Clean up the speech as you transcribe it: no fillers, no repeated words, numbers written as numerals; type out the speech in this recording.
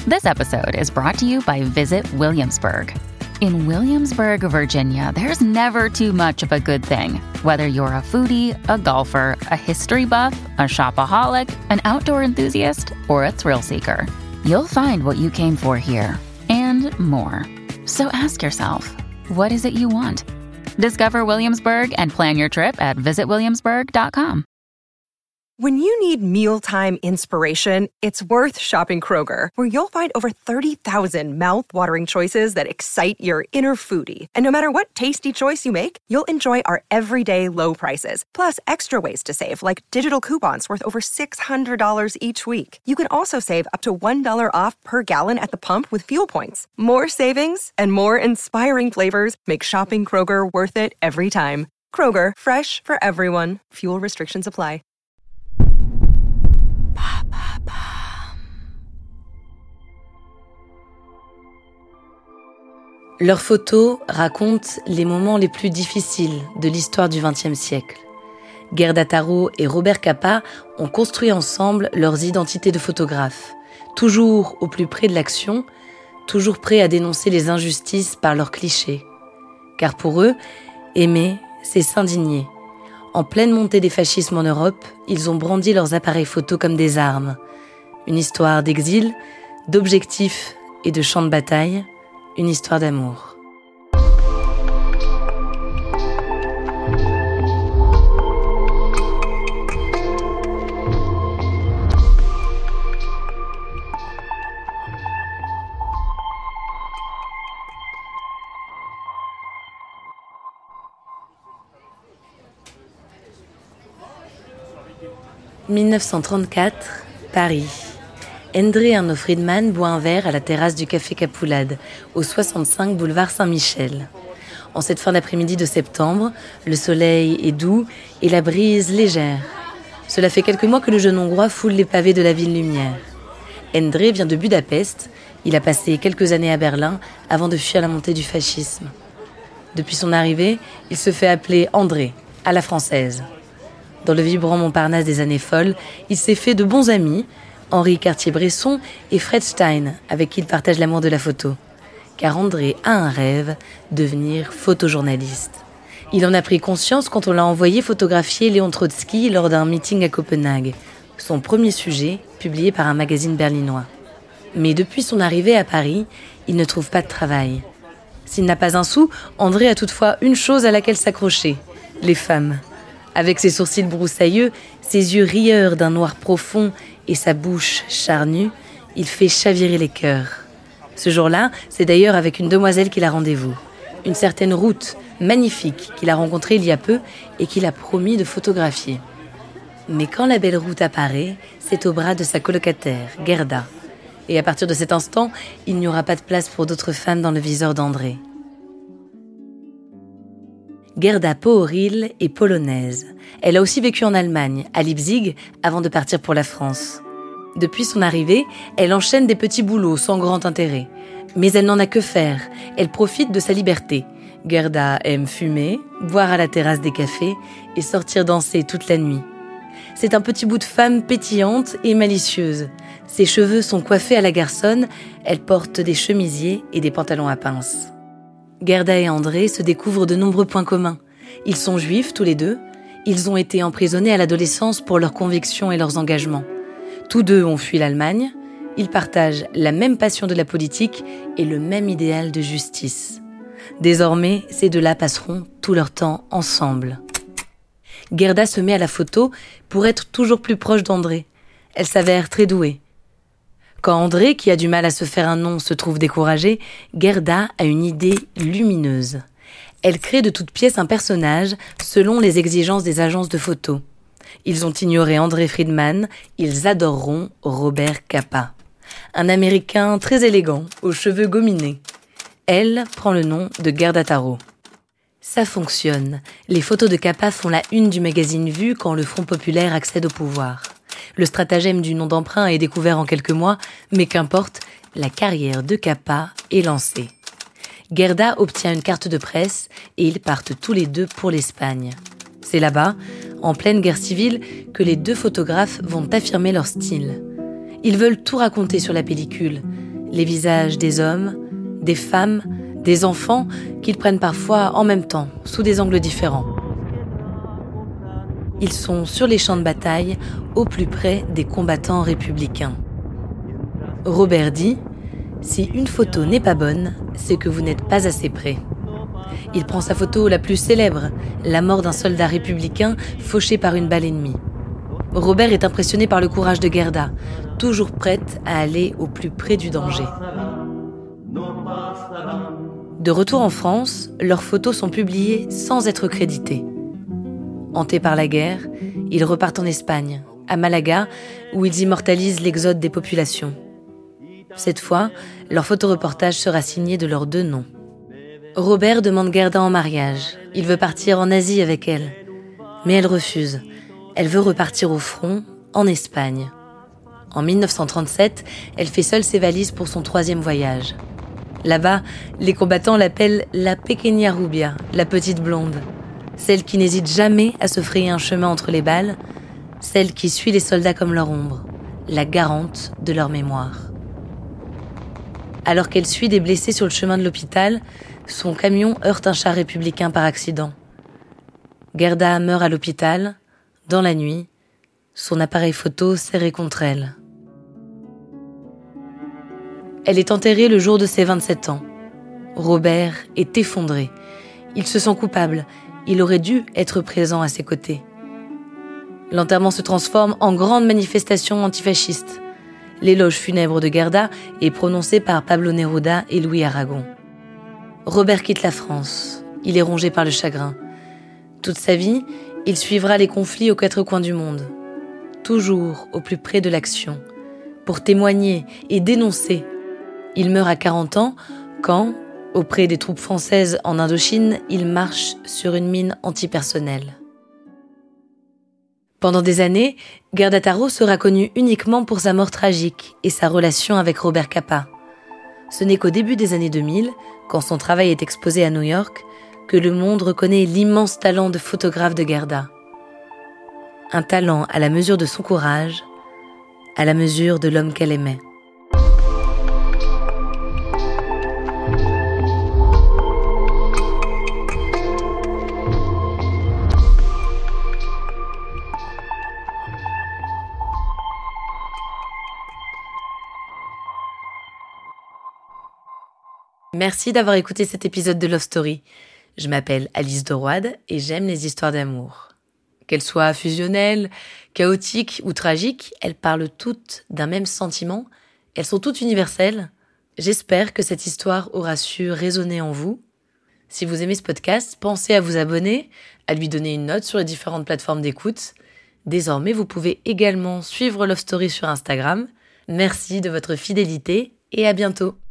This episode is brought to you by Visit Williamsburg. In Williamsburg, Virginia, there's never too much of a good thing. Whether you're a foodie, a golfer, a history buff, a shopaholic, an outdoor enthusiast, or a thrill seeker, you'll find what you came for here and more. So ask yourself, what is it you want? Discover Williamsburg and plan your trip at visitwilliamsburg.com. When you need mealtime inspiration, it's worth shopping Kroger, where you'll find over 30,000 mouth-watering choices that excite your inner foodie. And no matter what tasty choice you make, you'll enjoy our everyday low prices, plus extra ways to save, like digital coupons worth over $600 each week. You can also save up to $1 off per gallon at the pump with fuel points. More savings and more inspiring flavors make shopping Kroger worth it every time. Kroger, fresh for everyone. Fuel restrictions apply. Leurs photos racontent les moments les plus difficiles de l'histoire du XXe siècle. Gerda Taro et Robert Capa ont construit ensemble leurs identités de photographes, toujours au plus près de l'action, toujours prêts à dénoncer les injustices par leurs clichés. Car pour eux, aimer, c'est s'indigner. En pleine montée des fascismes en Europe, ils ont brandi leurs appareils photos comme des armes. Une histoire d'exil, d'objectifs et de champs de bataille, une histoire d'amour. « 1934, Paris. Endre Arnaud Friedman boit un verre à la terrasse du Café Capoulade, au 65 boulevard Saint-Michel. En cette fin d'après-midi de septembre, le soleil est doux et la brise légère. Cela fait quelques mois que le jeune Hongrois foule les pavés de la ville lumière. Endre vient de Budapest. Il a passé quelques années à Berlin avant de fuir la montée du fascisme. Depuis son arrivée, il se fait appeler André, à la française. Dans le vibrant Montparnasse des années folles, il s'est fait de bons amis, Henri Cartier-Bresson et Fred Stein, avec qui il partage l'amour de la photo. Car André a un rêve, devenir photojournaliste. Il en a pris conscience quand on l'a envoyé photographier Léon Trotsky lors d'un meeting à Copenhague, son premier sujet publié par un magazine berlinois. Mais depuis son arrivée à Paris, il ne trouve pas de travail. S'il n'a pas un sou, André a toutefois une chose à laquelle s'accrocher, les femmes. Avec ses sourcils broussailleux, ses yeux rieurs d'un noir profond et sa bouche charnue, il fait chavirer les cœurs. Ce jour-là, c'est d'ailleurs avec une demoiselle qu'il a rendez-vous. Une certaine Ruth, magnifique, qu'il a rencontrée il y a peu et qu'il a promis de photographier. Mais quand la belle Ruth apparaît, c'est au bras de sa colocataire, Gerda. Et à partir de cet instant, il n'y aura pas de place pour d'autres femmes dans le viseur d'André. Gerda Pooril est polonaise. Elle a aussi vécu en Allemagne, à Leipzig, avant de partir pour la France. Depuis son arrivée, elle enchaîne des petits boulots sans grand intérêt. Mais elle n'en a que faire. Elle profite de sa liberté. Gerda aime fumer, boire à la terrasse des cafés et sortir danser toute la nuit. C'est un petit bout de femme pétillante et malicieuse. Ses cheveux sont coiffés à la garçonne. Elle porte des chemisiers et des pantalons à pinces. Gerda et André se découvrent de nombreux points communs. Ils sont juifs tous les deux. Ils ont été emprisonnés à l'adolescence pour leurs convictions et leurs engagements. Tous deux ont fui l'Allemagne. Ils partagent la même passion de la politique et le même idéal de justice. Désormais, ces deux-là passeront tout leur temps ensemble. Gerda se met à la photo pour être toujours plus proche d'André. Elle s'avère très douée. Quand André, qui a du mal à se faire un nom, se trouve découragé, Gerda a une idée lumineuse. Elle crée de toutes pièces un personnage selon les exigences des agences de photos. Ils ont ignoré André Friedman, ils adoreront Robert Capa. Un Américain très élégant, aux cheveux gominés. Elle prend le nom de Gerda Taro. Ça fonctionne. Les photos de Capa font la une du magazine Vue quand le Front populaire accède au pouvoir. Le stratagème du nom d'emprunt est découvert en quelques mois, mais qu'importe, la carrière de Capa est lancée. Gerda obtient une carte de presse et ils partent tous les deux pour l'Espagne. C'est là-bas, en pleine guerre civile, que les deux photographes vont affirmer leur style. Ils veulent tout raconter sur la pellicule. Les visages des hommes, des femmes, des enfants qu'ils prennent parfois en même temps, sous des angles différents. Ils sont sur les champs de bataille, au plus près des combattants républicains. Robert dit « Si une photo n'est pas bonne, c'est que vous n'êtes pas assez près ». Il prend sa photo la plus célèbre, la mort d'un soldat républicain fauché par une balle ennemie. Robert est impressionné par le courage de Gerda, toujours prête à aller au plus près du danger. De retour en France, leurs photos sont publiées sans être créditées. Hantés par la guerre, ils repartent en Espagne, à Malaga, où ils immortalisent l'exode des populations. Cette fois, leur photoreportage sera signé de leurs 2 noms. Robert demande Gerda en mariage. Il veut partir en Asie avec elle. Mais elle refuse. Elle veut repartir au front, en Espagne. En 1937, elle fait seule ses valises pour son 3e voyage. Là-bas, les combattants l'appellent la Pequeña Rubia, la petite blonde. Celle qui n'hésite jamais à se frayer un chemin entre les balles, celle qui suit les soldats comme leur ombre, la garante de leur mémoire. Alors qu'elle suit des blessés sur le chemin de l'hôpital, son camion heurte un char républicain par accident. Gerda meurt à l'hôpital, dans la nuit, son appareil photo serré contre elle. Elle est enterrée le jour de ses 27 ans. Robert est effondré. Il se sent coupable. Il aurait dû être présent à ses côtés. L'enterrement se transforme en grande manifestation antifasciste. L'éloge funèbre de Gerda est prononcé par Pablo Neruda et Louis Aragon. Robert quitte la France. Il est rongé par le chagrin. Toute sa vie, il suivra les conflits aux 4 coins du monde. Toujours au plus près de l'action, pour témoigner et dénoncer. Il meurt à 40 ans quand, auprès des troupes françaises en Indochine, il marche sur une mine antipersonnelle. Pendant des années, Gerda Taro sera connue uniquement pour sa mort tragique et sa relation avec Robert Capa. Ce n'est qu'au début des années 2000, quand son travail est exposé à New York, que le monde reconnaît l'immense talent de photographe de Gerda. Un talent à la mesure de son courage, à la mesure de l'homme qu'elle aimait. Merci d'avoir écouté cet épisode de Love Story. Je m'appelle Alice de Roide et j'aime les histoires d'amour. Qu'elles soient fusionnelles, chaotiques ou tragiques, elles parlent toutes d'un même sentiment. Elles sont toutes universelles. J'espère que cette histoire aura su résonner en vous. Si vous aimez ce podcast, pensez à vous abonner, à lui donner une note sur les différentes plateformes d'écoute. Désormais, vous pouvez également suivre Love Story sur Instagram. Merci de votre fidélité et à bientôt.